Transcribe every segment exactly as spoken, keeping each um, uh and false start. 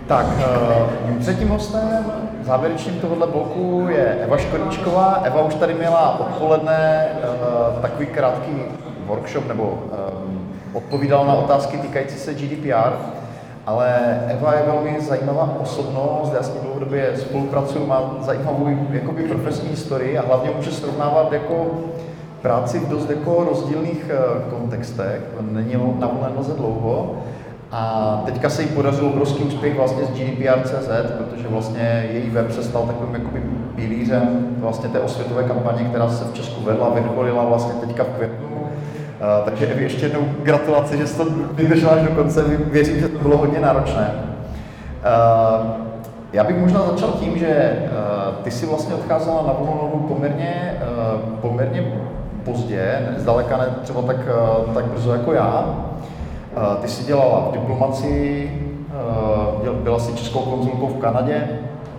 Tak, mým třetím hostem, závěrečným tohohle bloku je Eva Škodíčková. Eva už tady měla odpoledne takový krátký workshop, nebo odpovídala na otázky týkající se G D P R, ale Eva je velmi zajímavá osobnost, já s ní dlouhodobě spolupracuju, má zajímavou jakoby profesní historii a hlavně může srovnávat jako práci v dost jako rozdílných kontextech, není na volné noze dlouho. A teďka se jí podařilo obrovský úspěch vlastně s G D P R tečka cé zet, protože vlastně její web se stal takovým jakoby pilířem vlastně té osvětové kampaně, která se v Česku vedla, vyvrcholila vlastně teďka v květnu. Uh, takže Evi, ještě jednou gratulace, že jsi to vydržela až do konce, věřím, že to bylo hodně náročné. Uh, já bych možná začal tím, že uh, ty jsi vlastně odcházela na volnou poměrně, uh, poměrně pozdě, zdaleka ne třeba tak, uh, tak brzo jako já. Ty jsi dělala v diplomacii, byla jsi českou konzulkou v Kanadě,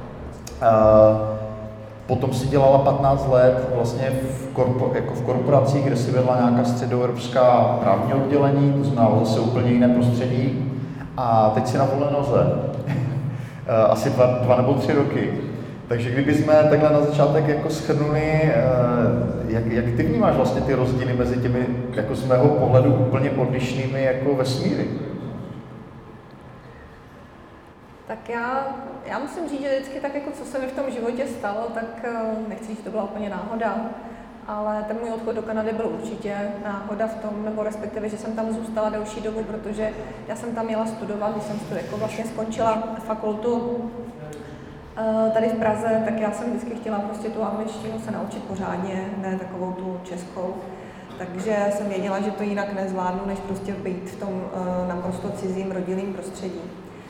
potom si dělala patnáct let vlastně v, korpo, jako v korporacích, kde si vedla nějaká středoevropská právní oddělení, to znamená zase úplně jiné prostředí. A teď si na volné noze, asi dva, dva nebo tři roky. Takže kdybychom takhle na začátek jako shrnuli, jak, jak ty vnímáš vlastně ty rozdíly mezi těmi, jako z mého pohledu, úplně odlišnými jako vesmíry? Tak já, já musím říct, že vždycky tak, jako co se mi v tom životě stalo, tak nechci říct, že to byla úplně náhoda, ale ten můj odchod do Kanady byl určitě náhoda v tom, nebo respektive, že jsem tam zůstala delší dobu, protože já jsem tam měla studovat, když jsem to jako vlastně skončila fakultu tady v Praze, tak já jsem vždycky chtěla prostě tu angličtinu se naučit pořádně, ne takovou tu českou. Takže jsem věděla, že to jinak nezvládnu, než prostě být v tom uh, naprosto cizím rodinném prostředí.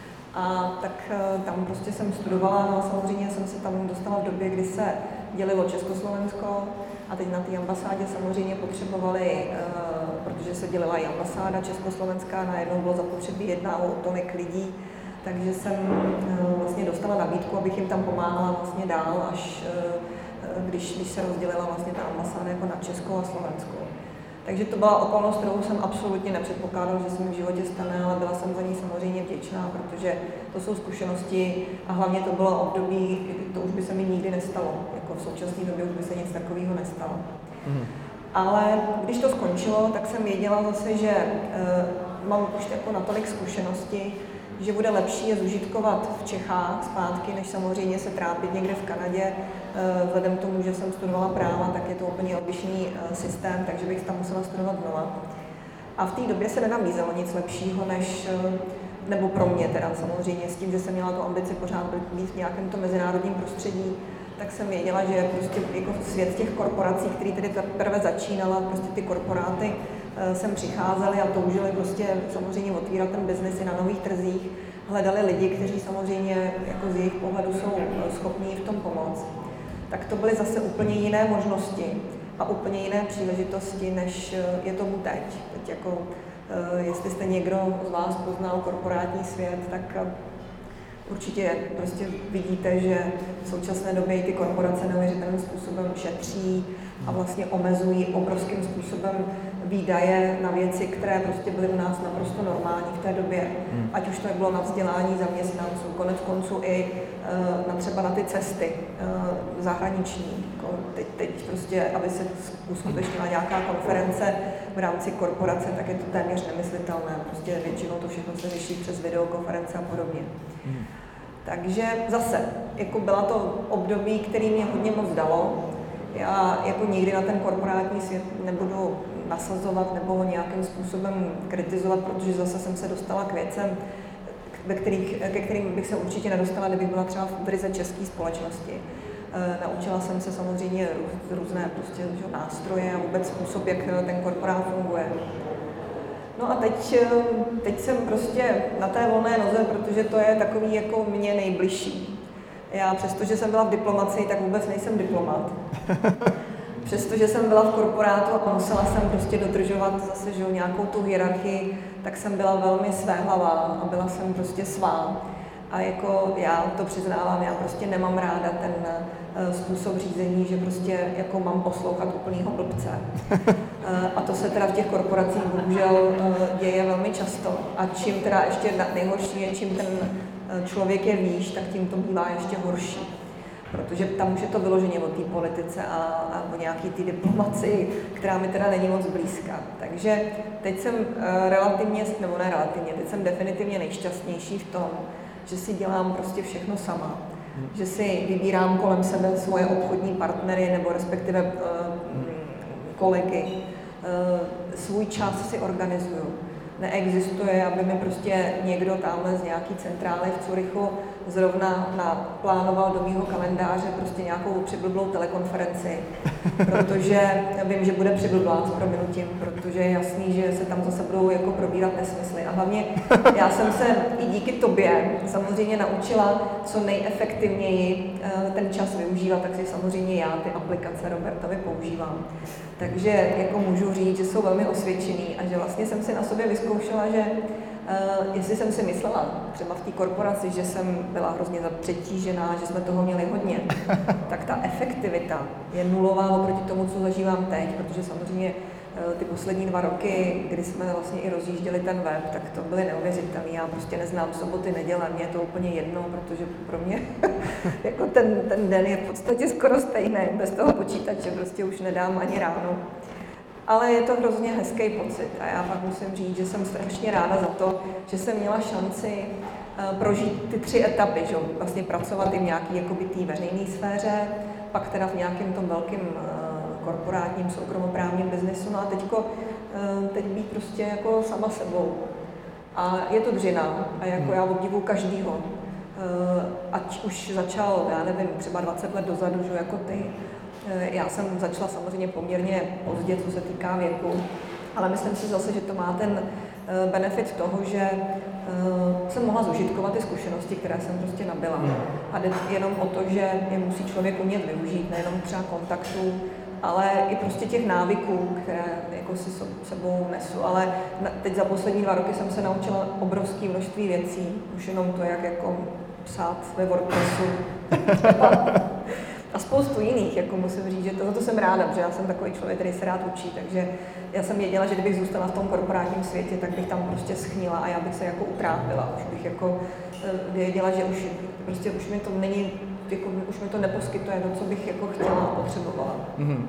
A tak uh, tam prostě jsem studovala, no a samozřejmě jsem se tam dostala v době, kdy se dělilo Československo a teď na té ambasádě samozřejmě potřebovali, uh, protože se dělila i ambasáda československá, najednou bylo zapotřebí jedna o tolik lidí, takže jsem vlastně dostala nabídku, abych jim tam pomáhala vlastně dál, až když, když se rozdělila vlastně ta ambasáda jako na Českou a Slovenskou. Takže to byla okolnost, kterou jsem absolutně nepředpokládala, že se mi v životě stane, ale byla jsem za ní samozřejmě vděčná, protože to jsou zkušenosti a hlavně to bylo období, to už by se mi nikdy nestalo, jako v současné době už by se nic takového nestalo. Mm. Ale když to skončilo, tak jsem věděla zase, že uh, mám už jako natolik zkušenosti, že bude lepší je zužitkovat v Čechách zpátky, než samozřejmě se trápit někde v Kanadě. Vzhledem k tomu, že jsem studovala práva, tak je to úplně odlišný systém, takže bych tam musela studovat znova. A v té době se nenabízelo nic lepšího, než, nebo pro mě teda samozřejmě, s tím, že jsem měla tu ambici pořád být v nějakém to mezinárodním prostředí, tak jsem věděla, že prostě jako svět těch korporací, který tedy teprve začínala, prostě ty korporáty sem přicházeli a toužili prostě samozřejmě otvírat ten biznes i na nových trzích, hledali lidi, kteří samozřejmě jako z jejich pohledu jsou schopní v tom pomoct. Tak to byly zase úplně jiné možnosti a úplně jiné příležitosti, než je tomu teď. Teď jako, jestli jste někdo z vás poznal korporátní svět, tak určitě prostě vidíte, že v současné době ty korporace neuvěřitelným způsobem šetří a vlastně omezují obrovským způsobem výdaje na věci, které prostě byly u nás naprosto normální v té době. Hmm. Ať už to bylo na vzdělání zaměstnanců, konec konců i uh, na třeba na ty cesty uh, zahraniční. Teď, teď prostě, aby se uskutečnila nějaká konference v rámci korporace, tak je to téměř nemyslitelné. Prostě většinou to všechno se řeší přes videokonference a podobně. Hmm. Takže zase, jako byla to období, který mě hodně moc dalo. Já jako nikdy na ten korporátní svět nebudu nasazovat nebo nějakým způsobem kritizovat, protože zase jsem se dostala k věcem, ke, kterých, ke kterým bych se určitě nedostala, kdybych byla třeba v ryze české společnosti. E, naučila jsem se samozřejmě růz, různé prostě, že, nástroje a vůbec způsob, jak ten korporát funguje. No a teď, teď jsem prostě na té volné noze, protože to je takový jako mě nejbližší. Já přestože jsem byla v diplomacii, tak vůbec nejsem diplomat. Přestože jsem byla v korporátu a musela jsem prostě dodržovat zase že, nějakou tu hierarchii, tak jsem byla velmi svéhlavá a byla jsem prostě svá. A jako já to přiznávám, já prostě nemám ráda ten uh, způsob řízení, že prostě jako mám poslouchat úplnýho blbce. Uh, a to se teda v těch korporacích bohužel uh, děje velmi často. A čím teda ještě nejhorší je, čím ten člověk je výš, tak tím to bývá ještě horší. Protože tam už je to vyloženě o té politice a, a o nějaký té diplomaci, která mi teda není moc blízká. Takže teď jsem relativně, nebo ne relativně, teď jsem definitivně nejšťastnější v tom, že si dělám prostě všechno sama. Hmm. Že si vybírám kolem sebe svoje obchodní partnery nebo respektive uh, kolegy. Uh, svůj čas si organizuju. Neexistuje, aby mi prostě někdo tamhle z nějaký centrály v Curychu zrovna naplánoval do mýho kalendáře prostě nějakou přiblblou telekonferenci, protože vím, že bude přiblblá s prominutím, protože je jasný, že se tam zase budou jako probírat nesmysly. A hlavně já jsem se i díky tobě samozřejmě naučila co nejefektivněji ten čas využívat, tak si samozřejmě já ty aplikace Robertovi používám. Takže jako můžu říct, že jsou velmi osvědčený a že vlastně jsem si na sobě vyzkoušela, že Uh, jestli jsem si myslela třeba v té korporaci, že jsem byla hrozně přetížená, že jsme toho měli hodně, tak ta efektivita je nulová oproti tomu, co zažívám teď, protože samozřejmě uh, ty poslední dva roky, kdy jsme vlastně i rozjížděli ten web, tak to byly neuvěřitelné. Já prostě neznám soboty, neděle, mě je to úplně jedno, protože pro mě jako ten, ten den je v podstatě skoro stejný, bez toho počítače prostě už nedám ani ráno. Ale je to hrozně hezký pocit a já pak musím říct, že jsem strašně ráda za to, že jsem měla šanci uh, prožít ty tři etapy, že vlastně pracovat i v nějaký jakoby té veřejné sféře, pak teda v nějakém tom velkém uh, korporátním, soukromoprávním biznesu, no a teďko, uh, teď být prostě jako sama sebou. A je to dřina a jako já obdivuju každýho, uh, ať už začal, já nevím, třeba dvacet let dozadu, že jako ty. Já jsem začala samozřejmě poměrně pozdě, co se týká věku, ale myslím si zase, že to má ten benefit toho, že jsem mohla zužitkovat ty zkušenosti, které jsem prostě nabyla. A jde jenom o to, že je musí člověk umět využít, nejenom třeba kontaktů, ale i prostě těch návyků, které jako si sebou nesu. Ale teď za poslední dva roky jsem se naučila obrovské množství věcí, už jenom to, jak jako psát ve WordPressu. A spoustu jiných, jako musím říct, že tohoto jsem ráda, protože já jsem takový člověk, který se rád učí, takže já jsem věděla, že kdybych zůstala v tom korporátním světě, tak bych tam prostě schnila a já bych se jako utrápila. Už bych jako věděla, že už prostě už mi to není, jako, už mi to neposkytuje to, co bych jako chtěla a potřebovala. Mm-hmm.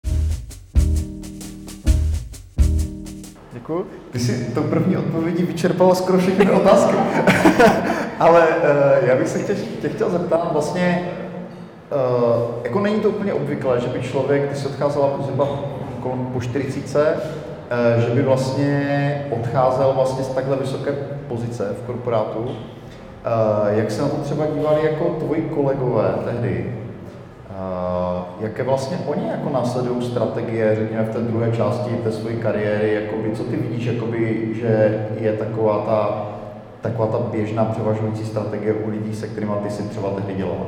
Děkuji. Ty jsi tou první odpovědí vyčerpala skoro všechny otázky. Ale uh, já bych se tě, tě chtěl zeptat vlastně, Uh, jako není to úplně obvyklé, že by člověk, když se odcházela zhruba po čtyřicítce, uh, že by vlastně odcházel vlastně z takhle vysoké pozice v korporátu. Uh, jak se na to třeba dívali jako tvoji kolegové tehdy? Uh, jaké vlastně oni jako následují strategie, řekněme v té druhé části té své kariéry, jakoby, co ty vidíš, jakoby, že je taková ta, taková ta běžná převažující strategie u lidí, se kterými ty si třeba tehdy dělala?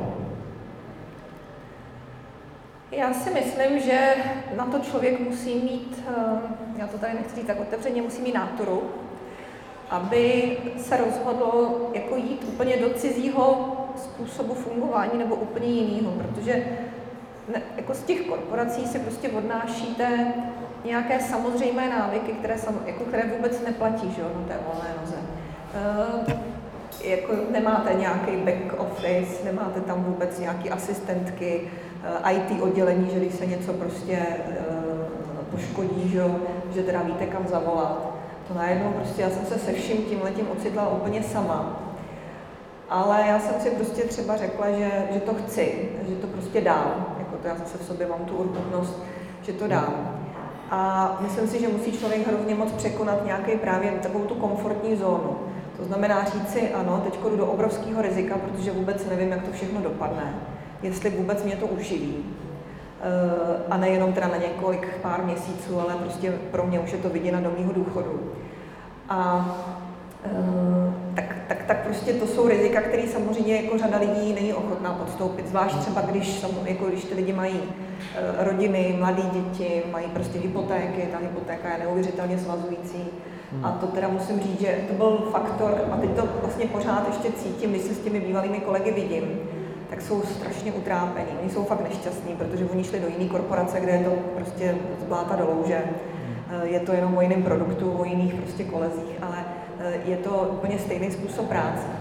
Já si myslím, že na to člověk musí mít, já to tady nechci říct tak otevřeně, musí mít náturu, aby se rozhodl jako jít úplně do cizího způsobu fungování nebo úplně jinýho, protože ne, jako z těch korporací si prostě odnášíte nějaké samozřejmé návyky, které, sam, jako, které vůbec neplatí, že jo, na té volné noze. E, jako nemáte nějaký back office, nemáte tam vůbec nějaký asistentky, í té oddělení, že když se něco prostě uh, poškodí, že, že teda víte, kam zavolat. To najednou prostě, já jsem se se vším tímhletím ocitla úplně sama. Ale já jsem si prostě třeba řekla, že, že to chci, že to prostě dám. Jako to já zase v sobě mám tu urputnost, že to dám. A myslím si, že musí člověk hrozně moc překonat nějaký právě takovou tu komfortní zónu. To znamená říct si, ano, teď jdu do obrovského rizika, protože vůbec nevím, jak to všechno dopadne. Jestli vůbec mě to uživí. A nejenom teda na několik pár měsíců, ale prostě pro mě už je to viděna do mýho důchodu. A tak, tak, tak prostě to jsou rizika, které samozřejmě jako řada lidí není ochotná podstoupit. Zvlášť třeba, když, jako když ty lidi mají rodiny, mladé děti, mají prostě hypotéky, ta hypotéka je neuvěřitelně svazující. A to teda musím říct, že to byl faktor, a teď to vlastně pořád ještě cítím, když se s těmi bývalými kolegy vidím, tak jsou strašně utrápení. Oni jsou fakt nešťastní, protože oni šli do jiné korporace, kde je to prostě z bláta do louže. Je to jenom o jiném produktu, o jiných prostě kolezích, ale je to úplně stejný způsob práce.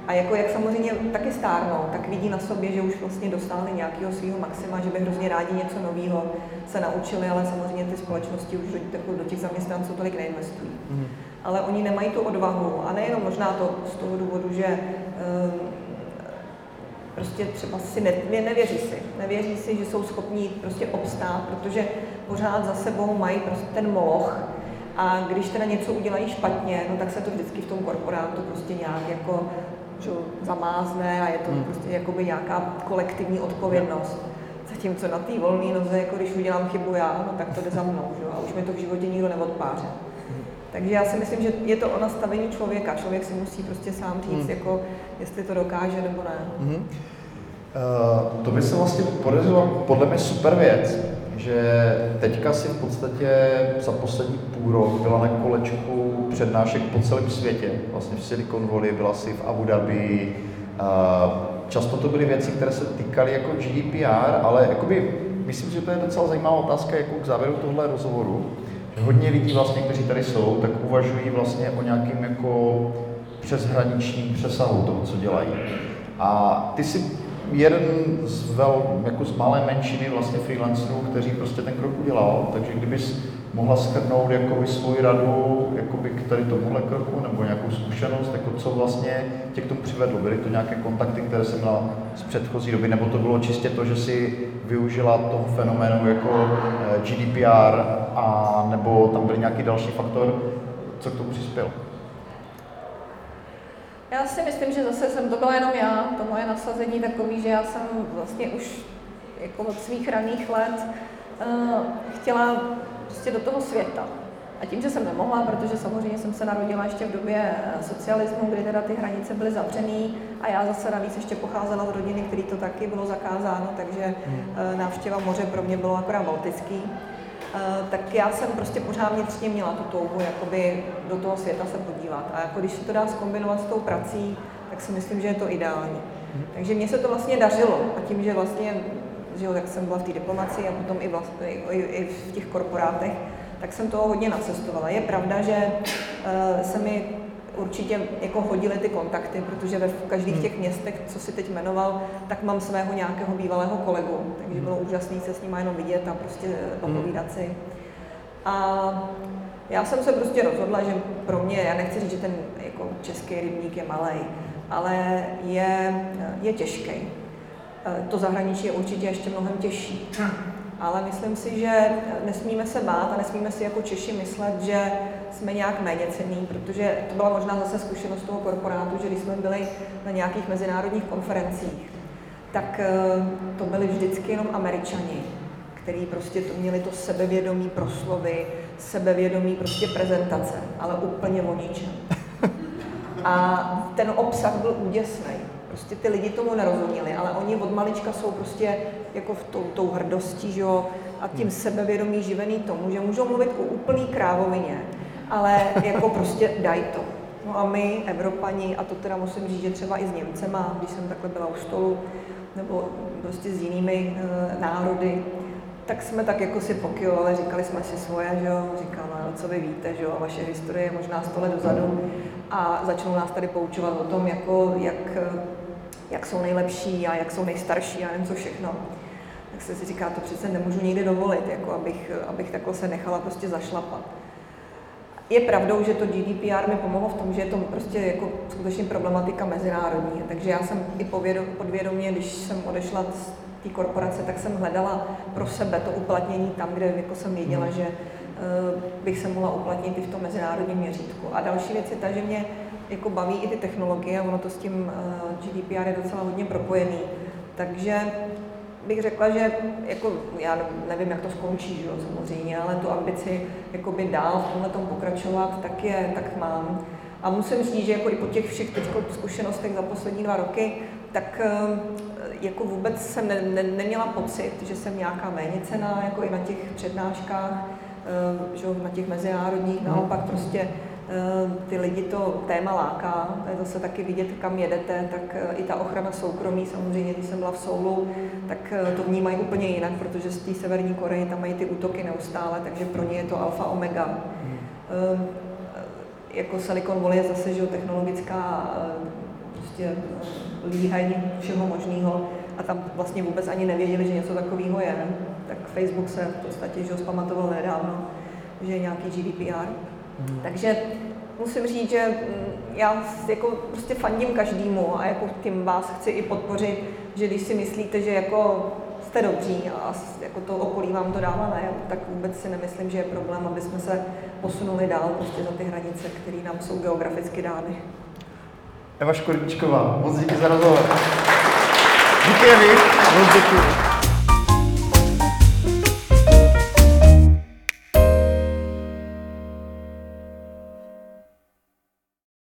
A jako jak samozřejmě taky stárnou, tak vidí na sobě, že už vlastně dostáhli nějakého svého maxima, že by hrozně rádi něco nového se naučili, ale samozřejmě ty společnosti už do, do těch zaměstnanců tolik neinvestují. Mm. Ale oni nemají tu odvahu a nejenom možná to z toho důvodu, že um, prostě třeba si ne, nevěří si, nevěří si, že jsou schopní prostě obstát, protože pořád za sebou mají prostě ten moloch a když teda něco udělají špatně, no tak se to vždycky v tom korporátu prostě nějak jako že, zamázne a je to hmm. prostě jakoby nějaká kolektivní odpovědnost. Zatímco na té volné noze, jako když udělám chybu já, no tak to jde za mnou, že? A už mi to v životě nikdo neodpáře. Hmm. Takže já si myslím, že je to o nastavení člověka. Člověk si musí prostě sám říct, hmm. jako, jestli to dokáže nebo ne. Hmm. Uh, to by se vlastně podařilo podle mě super věc, že teďka si v podstatě za poslední půl rok byla na kolečku přednášek po celém světě. Vlastně v Silicon Valley, byla si v Abu Dhabi. Uh, často to byly věci, které se týkaly jako G D P R, ale jakoby, myslím, že to je docela zajímavá otázka jako k závěru tohle rozhovoru. Že hodně lidí vlastně, kteří tady jsou, tak uvažují vlastně o nějakým jako přeshraničním přesahu toho, co dělají. A ty si jeden z, vel, jako z malé menšiny vlastně freelancerů, kteří prostě ten krok udělal, takže kdybys mohla shrnout jakoby svoji radu jakoby k tady tomuhle kroku nebo nějakou zkušenost, jako co vlastně tě k tomu přivedlo? Byly to nějaké kontakty, které jsem měla z předchozí doby, nebo to bylo čistě to, že si využila toho fenoménu jako G D P R a nebo tam byl nějaký další faktor, co k tomu přispěl? Já si myslím, že zase jsem to byla jenom já, to moje nasazení takový, že já jsem vlastně už jako od svých raných let uh, chtěla prostě do toho světa. A tím, že jsem nemohla, protože samozřejmě jsem se narodila ještě v době socialismu, kdy teda ty hranice byly zavřený a já zase navíc ještě pocházela z rodiny, který to taky bylo zakázáno, takže uh, návštěva moře pro mě bylo akorát baltický. Uh, tak já jsem prostě pořád vnitřně měla tu touhu jakoby do toho světa se podívat. A jako když se to dá zkombinovat s tou prací, tak si myslím, že je to ideální. Mm. Takže mně se to vlastně dařilo. A tím, že vlastně, že jo, tak jsem byla v té diplomacii a potom i, vlastně, i, i v těch korporátech, tak jsem toho hodně nacestovala. Je pravda, že uh, se mi určitě jako hodily ty kontakty, protože ve každých těch městech, co si teď jmenoval, tak mám svého nějakého bývalého kolegu, takže bylo úžasné se s ním jenom vidět a prostě popovídat si. A já jsem se prostě rozhodla, že pro mě, já nechci říct, že ten jako český rybník je malej, ale je, je těžký. To zahraničí je určitě ještě mnohem těžší. Ale myslím si, že nesmíme se bát a nesmíme si jako Češi myslet, že jsme nějak méněcenní, protože to byla možná zase zkušenost toho korporátu, že když jsme byli na nějakých mezinárodních konferencích, tak to byli vždycky jenom Američani, kteří prostě to měli to sebevědomí proslovy, sebevědomí prostě prezentace, ale úplně o ničem. A ten obsah byl úděsný. Prostě ty lidi tomu nerozuměli, ale oni od malička jsou prostě jako v tou, tou hrdostí, že jo, a tím sebevědomí živený tomu, že můžou mluvit o úplný krávovině, ale jako prostě dají to. No a my, Evropani, a to teda musím říct, že třeba i s Němcema, když jsem takhle byla u stolu, nebo prostě s jinými e, národy, tak jsme tak jako si pokylovali, říkali jsme si svoje, že jo, říkám, no, co vy víte, že jo, vaše historie je možná sto let dozadu a začnou nás tady poučovat o tom, jako, jak, jak jsou nejlepší a jak jsou nejstarší a nevím co všechno. Tak se si říká, to přece nemůžu nikdy dovolit, jako abych, abych takhle se nechala prostě zašlapat. Je pravdou, že to G D P R mi pomohlo v tom, že je to prostě jako skutečně problematika mezinárodní, takže já jsem i podvědomě, když jsem odešla z té korporace, tak jsem hledala pro sebe to uplatnění tam, kde jako jsem věděla, že uh, bych se mohla uplatnit i v tom mezinárodním měřítku. A další věc je ta, že mě jako baví i ty technologie, ono to s tím uh, G D P R je docela hodně propojený. Takže bych řekla, že jako, já nevím, jak to skončí, že jo, samozřejmě, ale tu ambici jakoby dál v tomhle tom pokračovat, tak je, tak mám. A musím říct, že jako i po těch všech zkušenostech za poslední dva roky, tak jako vůbec jsem ne, ne, neměla pocit, že jsem nějaká méněcenná, jako i na těch přednáškách, že na těch mezinárodních, naopak prostě ty lidi to téma láká, to je zase taky vidět, kam jedete, tak i ta ochrana soukromí, samozřejmě, když jsem byla v Soulu, tak to vnímají úplně jinak, protože z té Severní Koreji tam mají ty útoky neustále, takže pro ně je to alfa omega. Hmm. Jako Silicon Valley je zase, že technologická prostě líheň všeho možného a tam vlastně vůbec ani nevěděli, že něco takového je. Tak Facebook se v podstatě že ho zpamatoval nedávno, že je nějaký G D P R. Hmm. Takže musím říct, že já jako prostě fandím každému a jako tím vás chci i podpořit, že když si myslíte, že jako jste dobří a jako to okolí vám to dává najevo, tak vůbec si nemyslím, že je problém, aby jsme se posunuli dál prostě za ty hranice, které nám jsou geograficky dány. Eva Škodíčková, moc díky za rozhovor. Díky, Evi. Moc děkuji.